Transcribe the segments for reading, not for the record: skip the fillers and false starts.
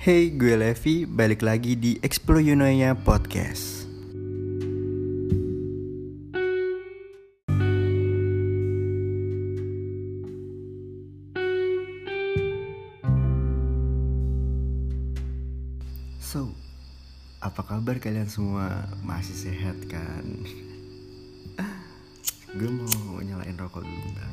Hey, gue Levi, balik lagi di Explore Yunoya Podcast. So, apa kabar kalian semua? Masih sehat kan? Gue mau nyalain rokok dulu bentar.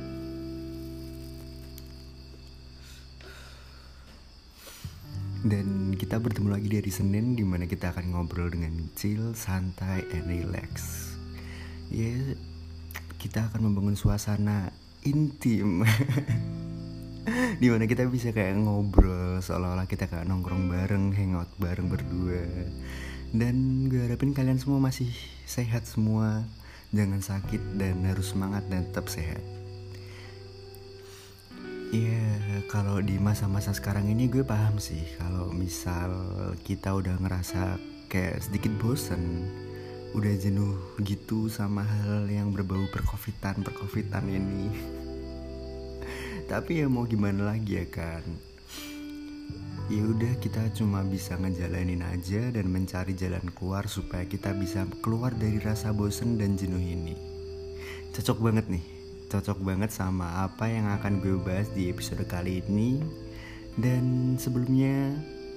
Dan kita bertemu lagi dari Senin, dimana kita akan ngobrol dengan chill, santai, and relax. Ya, kita akan membangun suasana intim dimana kita bisa kayak ngobrol seolah-olah kita kayak nongkrong bareng, hangout bareng berdua. Dan gue harapin kalian semua masih sehat semua, jangan sakit dan harus semangat dan tetap sehat. Iya, kalau di masa-masa sekarang ini gue paham sih kalau misal kita udah ngerasa kayak sedikit bosen, udah jenuh gitu sama hal yang berbau perkovitan ini. Tapi ya mau gimana lagi ya kan? Ya udah, kita cuma bisa ngejalanin aja dan mencari jalan keluar supaya kita bisa keluar dari rasa bosen dan jenuh ini. Cocok banget sama apa yang akan gue bahas di episode kali ini. Dan sebelumnya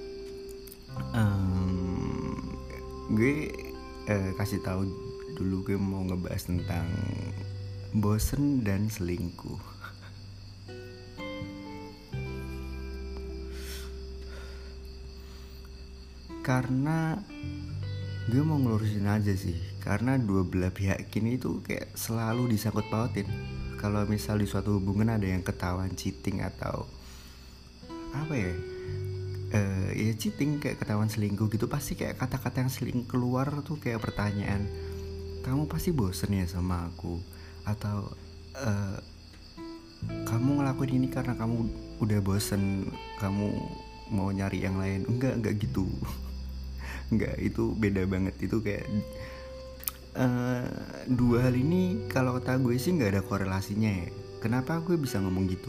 gue kasih tahu dulu, gue mau ngebahas tentang bosen dan selingkuh. Karena gue mau ngelurusin aja sih, karena dua belah pihak kini itu kayak selalu disangkut pautin. Kalau misal di suatu hubungan ada yang ketahuan cheating atau apa ya, ya cheating, kayak ketahuan selingkuh gitu, pasti kayak kata-kata yang sering keluar tuh kayak pertanyaan, kamu pasti bosen ya sama aku, atau kamu ngelakuin ini karena kamu udah bosen, kamu mau nyari yang lain. Enggak gitu. Enggak, itu beda banget. Itu kayak dua hal ini kalau kata gue sih gak ada korelasinya ya. Kenapa gue bisa ngomong gitu?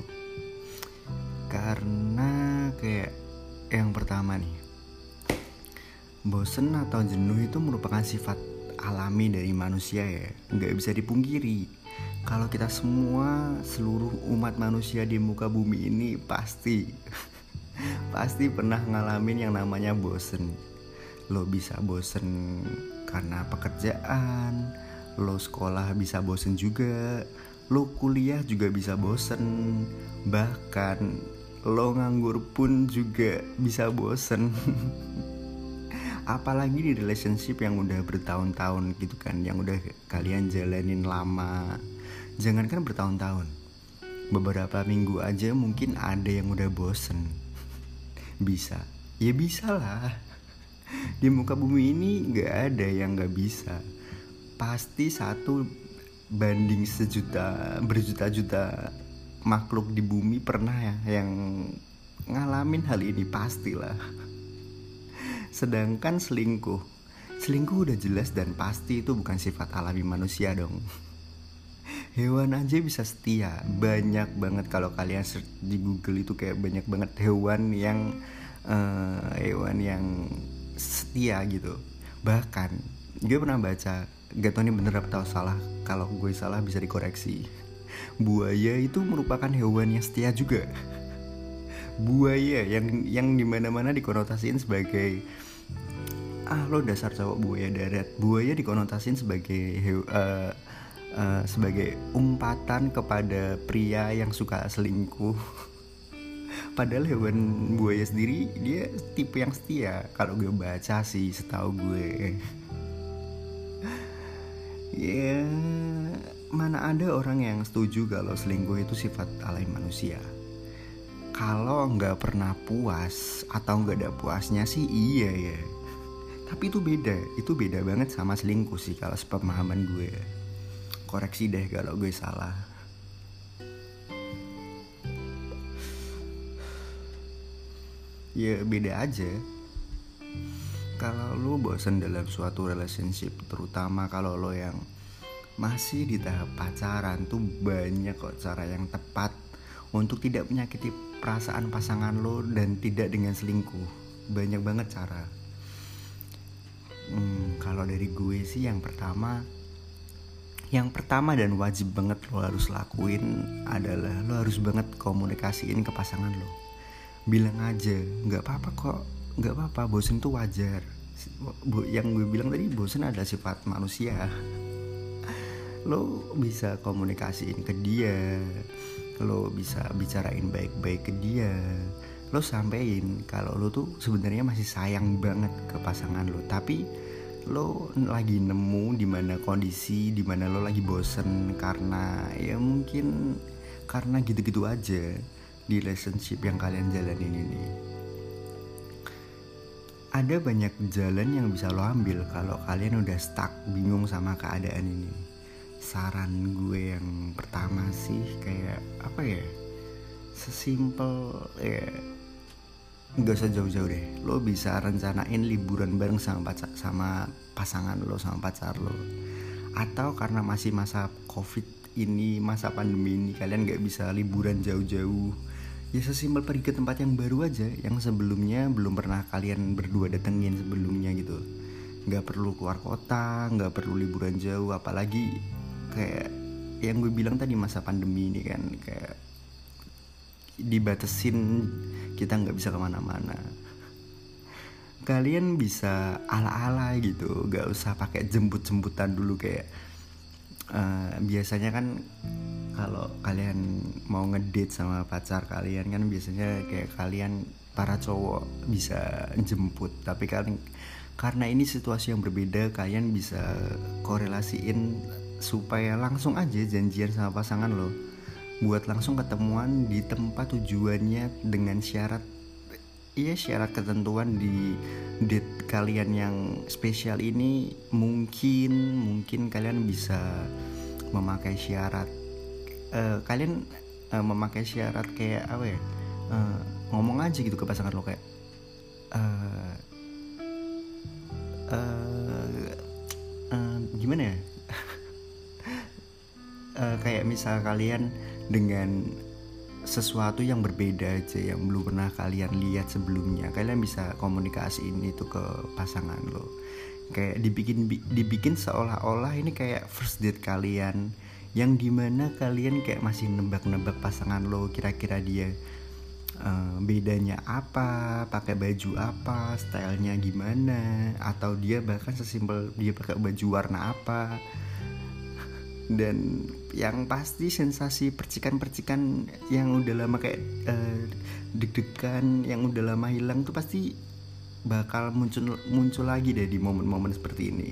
Karena kayak yang pertama nih, bosen atau jenuh itu merupakan sifat alami dari manusia ya. Gak bisa dipungkiri. Kalau kita semua, seluruh umat manusia di muka bumi ini pasti pernah ngalamin yang namanya bosen. Lo bisa bosen karena pekerjaan, lo sekolah bisa bosen juga, lo kuliah juga bisa bosen, bahkan lo nganggur pun juga bisa bosen. Apalagi di relationship yang udah bertahun-tahun gitu kan, yang udah kalian jalanin lama. Jangankan bertahun-tahun, beberapa minggu aja mungkin ada yang udah bosen. Bisa, ya bisa lah. Di muka bumi ini gak ada yang gak bisa. Pasti satu banding berjuta-juta makhluk di bumi pernah ya yang ngalamin hal ini, pastilah. Sedangkan selingkuh udah jelas dan pasti itu bukan sifat alami manusia dong. Hewan aja bisa setia. Banyak banget kalau kalian search di Google itu kayak banyak banget hewan yang setia gitu. Bahkan gue pernah baca, gak tau ini bener atau salah, kalau gue salah bisa dikoreksi. Buaya itu merupakan hewan yang setia juga. Buaya yang dimana-mana dikonotasiin sebagai lo dasar cowok buaya darat. Buaya dikonotasiin sebagai umpatan kepada pria yang suka selingkuh. Padahal hewan buaya sendiri dia tipe yang setia. Kalau gue baca sih, setahu gue. Ya, mana ada orang yang setuju kalau selingkuh itu sifat alami manusia. Kalau nggak pernah puas atau nggak ada puasnya sih iya ya. Tapi itu beda banget sama selingkuh sih kalau sepemahaman gue. Koreksi deh kalau gue salah. Ya beda aja. Kalau lo bosan dalam suatu relationship, terutama kalau lo yang masih di tahap pacaran, tuh banyak kok cara yang tepat untuk tidak menyakiti perasaan pasangan lo dan tidak dengan selingkuh. Banyak banget cara. Kalau dari gue sih yang pertama dan wajib banget lo harus lakuin adalah lo harus banget komunikasiin ke pasangan lo. Bilang aja, nggak apa-apa kok, nggak apa-apa, bosen tuh wajar. Yang gue bilang tadi, bosen adalah sifat manusia. Lo bisa komunikasiin ke dia, lo bisa bicarain baik-baik ke dia, lo sampein kalau lo tuh sebenarnya masih sayang banget ke pasangan lo, tapi lo lagi nemu dimana kondisi dimana lo lagi bosen karena ya mungkin karena gitu-gitu aja di relationship yang kalian jalanin ini. Ada banyak jalan yang bisa lo ambil kalau kalian udah stuck bingung sama keadaan ini. Saran gue yang pertama sih kayak apa ya, sesimpel ya, nggak usah jauh-jauh deh, lo bisa rencanain liburan bareng sama pasangan lo, sama pacar lo. Atau karena masih masa covid ini, masa pandemi ini, kalian nggak bisa liburan jauh-jauh, ya sesimpel pergi ke tempat yang baru aja, yang sebelumnya belum pernah kalian berdua datengin sebelumnya gitu. Nggak perlu keluar kota, nggak perlu liburan jauh, apalagi kayak yang gue bilang tadi, masa pandemi ini kan kayak dibatasin, kita nggak bisa kemana-mana. Kalian bisa ala-ala gitu, nggak usah pakai jemput-jemputan dulu kayak biasanya kan kalau kalian mau ngedate sama pacar kalian kan biasanya kayak kalian para cowok bisa jemput, tapi kalian karena ini situasi yang berbeda, kalian bisa korelasiin supaya langsung aja janjian sama pasangan lo buat langsung ketemuan di tempat tujuannya dengan syarat ketentuan di date kalian yang spesial ini. Mungkin kalian bisa memakai syarat memakai syarat kayak apa ya, ngomong aja gitu ke pasangan lo kayak gimana ya kayak misal kalian dengan sesuatu yang berbeda aja yang belum pernah kalian lihat sebelumnya, kalian bisa komunikasiin itu ke pasangan lo, kayak dibikin seolah-olah ini kayak first date kalian, yang dimana kalian kayak masih nebak-nebak pasangan lo kira-kira dia bedanya apa, pakai baju apa, stylenya gimana, atau dia bahkan sesimpel dia pakai baju warna apa. Dan yang pasti sensasi percikan-percikan yang udah lama kayak deg-degan yang udah lama hilang tuh pasti bakal muncul lagi deh di momen-momen seperti ini.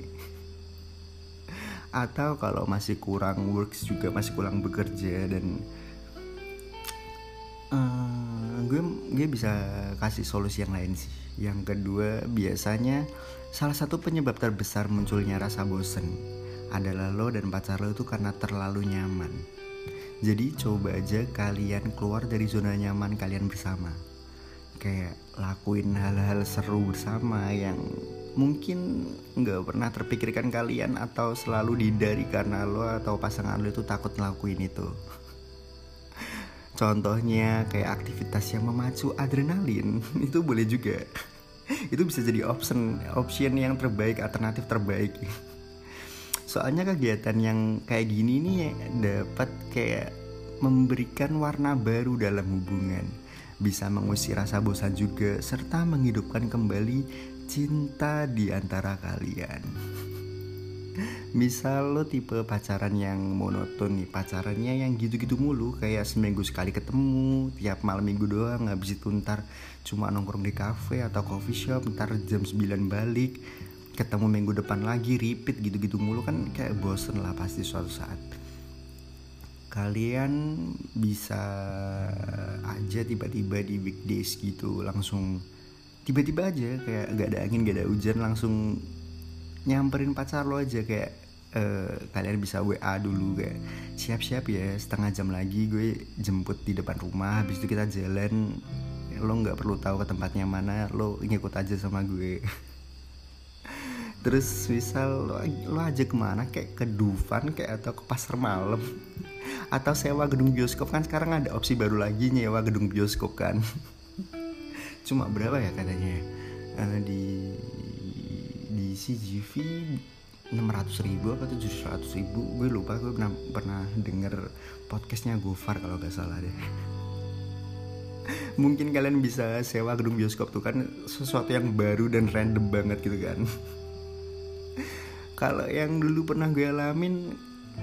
Atau kalau masih kurang works juga, masih kurang bekerja, dan gue bisa kasih solusi yang lain sih. Yang kedua, biasanya salah satu penyebab terbesar munculnya rasa bosen adalah lo dan pacar lo itu karena terlalu nyaman. Jadi coba aja kalian keluar dari zona nyaman kalian bersama, kayak lakuin hal-hal seru bersama yang mungkin gak pernah terpikirkan kalian, atau selalu dihindari karena lo atau pasangan lo itu takut ngelakuin itu. Contohnya kayak aktivitas yang memacu adrenalin itu boleh juga. Itu bisa jadi option yang terbaik, alternatif terbaik. Soalnya kegiatan yang kayak gini nih dapat kayak memberikan warna baru dalam hubungan, bisa mengusir rasa bosan juga, serta menghidupkan kembali cinta di antara kalian. Misal lo tipe pacaran yang monoton nih, pacarannya yang gitu-gitu mulu, kayak seminggu sekali ketemu, tiap malam minggu doang, habis itu ntar cuma nongkrong di cafe atau coffee shop, ntar jam 9 balik, ketemu minggu depan lagi, repeat gitu-gitu mulu, kan kayak bosen lah pasti suatu saat. Kalian bisa aja tiba-tiba di weekdays gitu langsung tiba-tiba aja kayak gak ada angin gak ada hujan langsung nyamperin pacar lo aja, kayak kalian bisa WA dulu kayak siap-siap ya, setengah jam lagi gue jemput di depan rumah, habis itu kita jalan, lo gak perlu tahu ke tempatnya mana, lo ngikut aja sama gue. Terus misal lo aja kemana, kayak ke Dufan kayak atau ke pasar malam, Atau sewa gedung bioskop, kan sekarang ada opsi baru lagi nyewa gedung bioskop kan. Cuma berapa ya katanya di CGV 600.000 atau 700.000, gue lupa. Gue pernah denger podcastnya Gofar kalau gak salah deh. Mungkin kalian bisa sewa gedung bioskop tuh kan, sesuatu yang baru dan random banget gitu kan. Kalau yang dulu pernah gue alamin,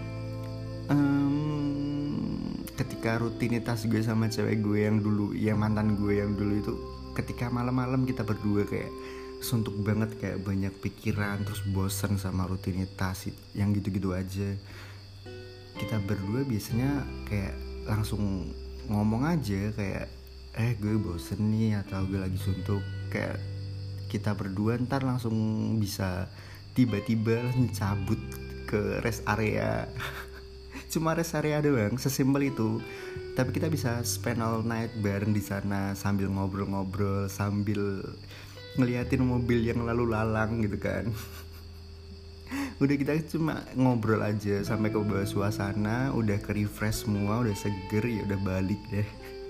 ketika rutinitas gue sama cewek gue yang dulu, ya mantan gue yang dulu itu, ketika malam-malam kita berdua kayak suntuk banget, kayak banyak pikiran, terus bosen sama rutinitas yang gitu-gitu aja. Kita berdua biasanya kayak langsung ngomong aja kayak gue bosen nih, atau gue lagi suntuk. Kayak kita berdua ntar langsung bisa tiba-tiba cabut ke rest area. Cuma rest area doang, sesimpel itu. Tapi kita bisa spend all night bareng di sana sambil ngobrol-ngobrol, sambil ngeliatin mobil yang lalu lalang gitu kan. Udah kita cuma ngobrol aja sampai ke bawah suasana, udah ke refresh semua, udah seger, ya udah balik deh.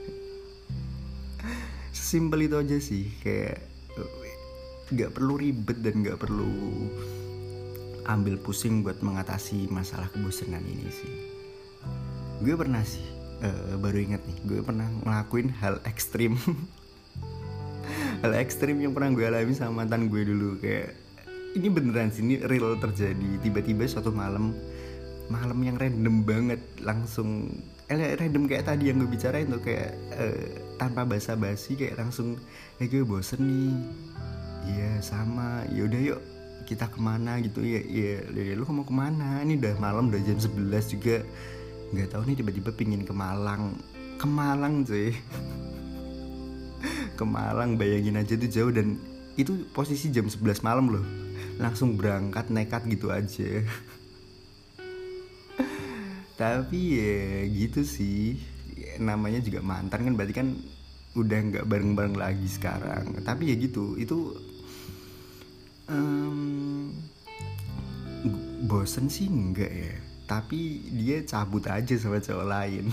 Sesimpel itu aja sih, kayak gak perlu ribet dan gak perlu ambil pusing buat mengatasi masalah kebosanan ini sih. Gue pernah sih, baru ingat nih, gue pernah ngelakuin hal ekstrim. Hal ekstrim yang pernah gue alami sama mantan gue dulu. Kayak ini beneran sih, ini real terjadi. Tiba-tiba suatu malam yang random banget, langsung random kayak tadi yang gue bicarain tuh, kayak tanpa basa-basi, kayak langsung gue bosen nih. Iya sama, yaudah yuk kita kemana gitu. Ya lu mau kemana? Ini udah malam, udah jam 11 juga. Gak tahu nih, tiba-tiba pingin ke Malang cuy. Ke Malang, bayangin aja tuh jauh, dan itu posisi jam 11 malam loh. Langsung berangkat nekat gitu aja. Tapi ya gitu sih, namanya juga mantan kan, berarti kan udah gak bareng-bareng lagi sekarang. Tapi ya gitu, itu bosen sih enggak ya, tapi dia cabut aja sama cowok lain.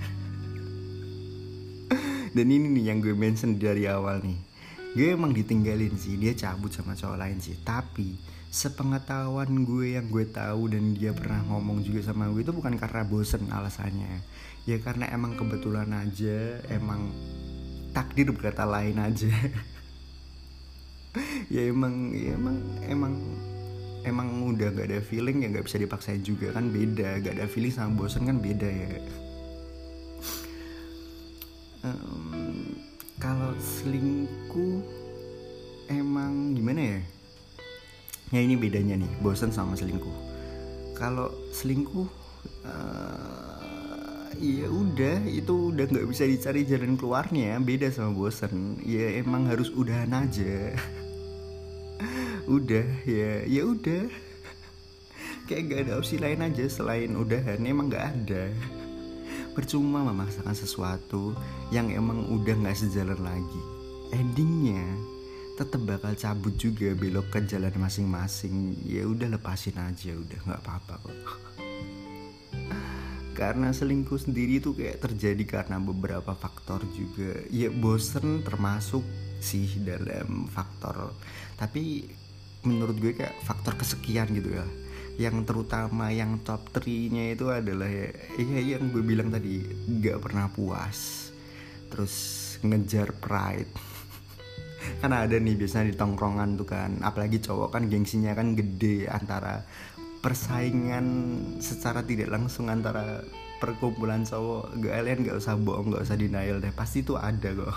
Dan ini nih yang gue mention dari awal nih, gue emang ditinggalin sih, dia cabut sama cowok lain sih. Tapi sepengetahuan gue, yang gue tahu dan dia pernah ngomong juga sama gue, itu bukan karena bosen alasannya. Ya karena emang kebetulan aja, emang takdir berkata lain aja. Ya emang udah gak ada feeling, ya gak bisa dipaksain juga kan, beda. Gak ada feeling sama bosen kan beda ya. Kalau selingkuh emang gimana ya? Ya ini bedanya nih, bosen sama selingkuh. Kalau selingkuh ya udah, itu udah nggak bisa dicari jalan keluarnya. Beda sama bosen, ya emang harus udahan aja. Udah ya udah, kayak gak ada opsi lain aja selain udahan. Emang gak ada. Percuma memaksakan sesuatu yang emang udah gak sejalan lagi. Endingnya tetap bakal cabut juga, belok ke jalan masing-masing. Ya udah, lepasin aja, udah gak apa-apa kok. Karena selingkuh sendiri tuh kayak terjadi karena beberapa faktor juga. Ya bosen termasuk sih dalam faktor, tapi menurut gue kayak faktor kesekian gitu ya. Yang terutama, yang top 3-nya itu adalah ya yang gue bilang tadi, gak pernah puas, terus ngejar pride. Kan ada nih biasanya di tongkrongan tuh kan, apalagi cowok kan gengsinya kan gede, antara persaingan secara tidak langsung antara perkumpulan cowok. Kalian gak usah bohong, gak usah denial deh, pasti tuh ada kok.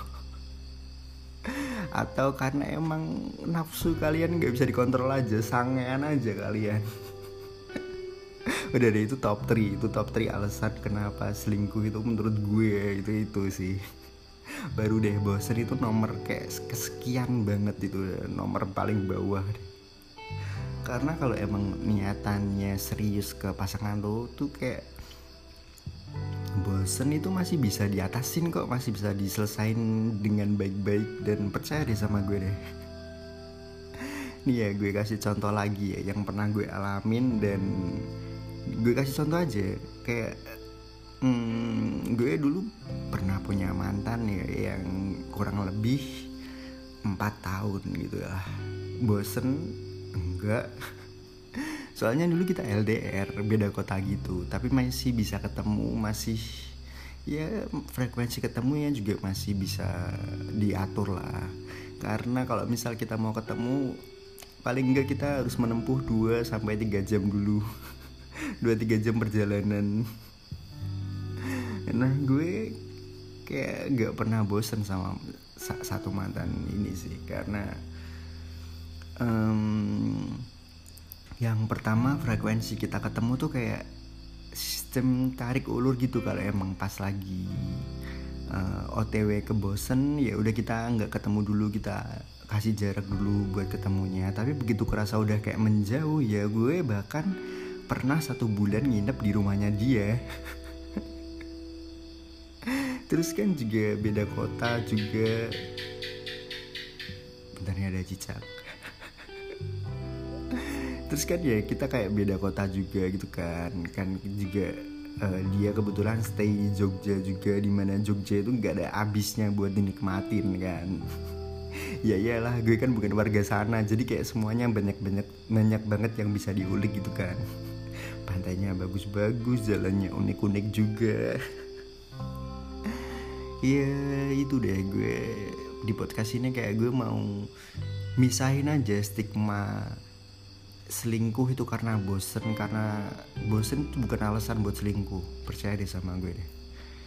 Atau karena emang nafsu kalian gak bisa dikontrol aja, sangean aja kalian. Udah deh, itu top 3 alasan kenapa selingkuh itu menurut gue itu sih. Baru deh bosen itu nomor kayak kesekian banget, itu nomor paling bawah deh. Karena kalau emang niatannya serius ke pasangan lo tuh, kayak bosen itu masih bisa diatasin kok, masih bisa diselesain dengan baik-baik, dan percaya deh sama gue deh. Nih ya, gue kasih contoh lagi ya yang pernah gue alamin, dan gue kasih contoh aja. Kayak Gue dulu pernah punya mantan ya yang kurang lebih 4 tahun gitu lah. Bosen? Enggak. Soalnya dulu kita LDR, beda kota gitu, tapi masih bisa ketemu, masih ya frekuensi ketemunya juga masih bisa diatur lah. Karena kalau misal kita mau ketemu, paling enggak kita harus menempuh 2-3 jam dulu. 2-3 jam perjalanan. Nah gue kayak gak pernah bosen sama satu mantan ini sih. Karena yang pertama, frekuensi kita ketemu tuh kayak sistem tarik ulur gitu. Kalau emang pas lagi OTW ke bosen, ya udah kita nggak ketemu dulu, kita kasih jarak dulu buat ketemunya. Tapi begitu kerasa udah kayak menjauh, ya gue bahkan pernah 1 bulan nginep di rumahnya dia. Terus kan juga beda kota juga. Bentar nih, ada cicak. Terus kan ya kita kayak beda kota juga gitu kan juga dia kebetulan stay di Jogja juga, dimana Jogja itu nggak ada habisnya buat dinikmatin kan. Ya iyalah, gue kan bukan warga sana, jadi kayak semuanya banyak banget yang bisa diulik gitu kan. Pantainya bagus-bagus, jalannya unik-unik juga. Ya itu deh, gue di podcast ini kayak gue mau misahin aja stigma selingkuh itu karena bosen. Karena bosen itu bukan alasan buat selingkuh, percaya deh sama gue deh.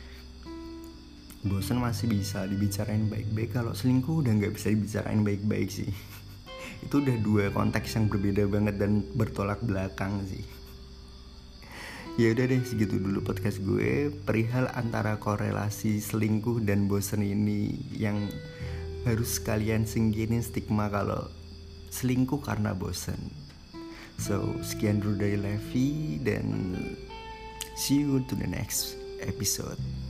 Bosen masih bisa dibicarain baik-baik, kalau selingkuh udah gak bisa dibicarain baik-baik sih. Itu udah 2 konteks yang berbeda banget dan bertolak belakang sih. Ya udah deh, segitu dulu podcast gue perihal antara korelasi selingkuh dan bosen ini, yang harus kalian singkirin stigma kalau selingkuh karena bosen. So, sekian dulu dari Levi, dan see you to the next episode.